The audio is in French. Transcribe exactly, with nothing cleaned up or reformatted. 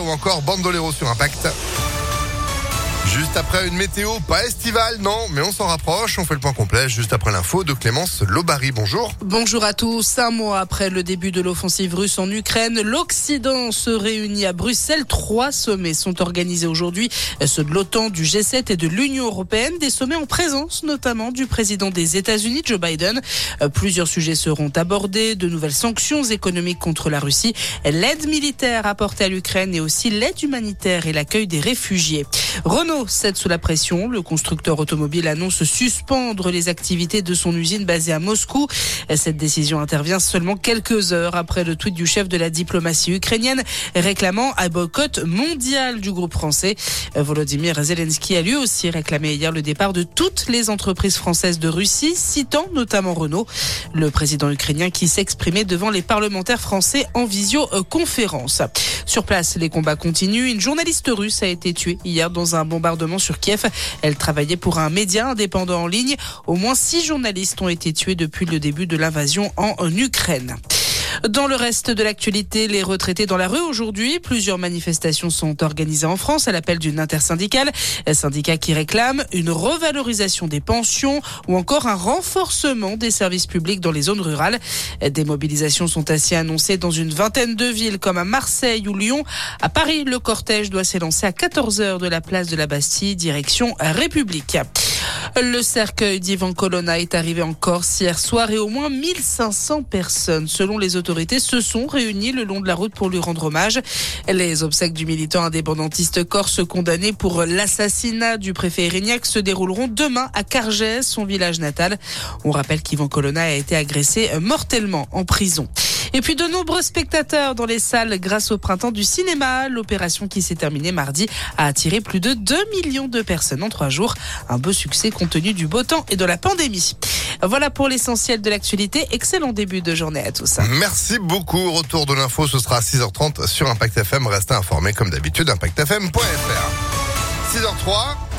ou encore Bandolero sur Impact. Juste après une météo, pas estivale, non, mais on s'en rapproche. On fait le point complet juste après l'info de Clémence Lobary. Bonjour. Bonjour à tous. Un mois après le début de l'offensive russe en Ukraine, l'Occident se réunit à Bruxelles. Trois sommets sont organisés aujourd'hui. Ceux de l'OTAN, du G sept et de l'Union européenne. Des sommets en présence notamment du président des États-Unis, Joe Biden. Plusieurs sujets seront abordés. De nouvelles sanctions économiques contre la Russie, l'aide militaire apportée à l'Ukraine et aussi l'aide humanitaire et l'accueil des réfugiés. Renault cède sous la pression. Le constructeur automobile annonce suspendre les activités de son usine basée à Moscou. Cette décision intervient seulement quelques heures après le tweet du chef de la diplomatie ukrainienne réclamant un boycott mondial du groupe français. Volodymyr Zelensky a lui aussi réclamé hier le départ de toutes les entreprises françaises de Russie, citant notamment Renault. Le président ukrainien qui s'exprimait devant les parlementaires français en visioconférence. Sur place, les combats continuent. Une journaliste russe a été tuée hier dans un bombardement sur Kiev. Elle travaillait pour un média indépendant en ligne. Au moins six journalistes ont été tués depuis le début de l'invasion en Ukraine. Dans le reste de l'actualité, les retraités dans la rue aujourd'hui. Plusieurs manifestations sont organisées en France à l'appel d'une intersyndicale. Un syndicat qui réclame une revalorisation des pensions ou encore un renforcement des services publics dans les zones rurales. Des mobilisations sont ainsi annoncées dans une vingtaine de villes comme à Marseille ou Lyon. À Paris, le cortège doit s'élancer à quatorze heures de la place de la Bastille, direction République. Le cercueil d'Ivan Colonna est arrivé en Corse hier soir et au moins mille cinq cents personnes, selon les autorités, se sont réunies le long de la route pour lui rendre hommage. Les obsèques du militant indépendantiste corse condamné pour l'assassinat du préfet Erignac se dérouleront demain à Cargès, son village natal. On rappelle qu'Ivan Colonna a été agressé mortellement en prison. Et puis de nombreux spectateurs dans les salles grâce au printemps du cinéma. L'opération qui s'est terminée mardi a attiré plus de deux millions de personnes en trois jours. Un beau succès compte tenu du beau temps et de la pandémie. Voilà pour l'essentiel de l'actualité. Excellent début de journée à tous. Merci beaucoup. Retour de l'info, ce sera à six heures trente sur Impact F M. Restez informés comme d'habitude, impact f m point f r. six heures zéro trois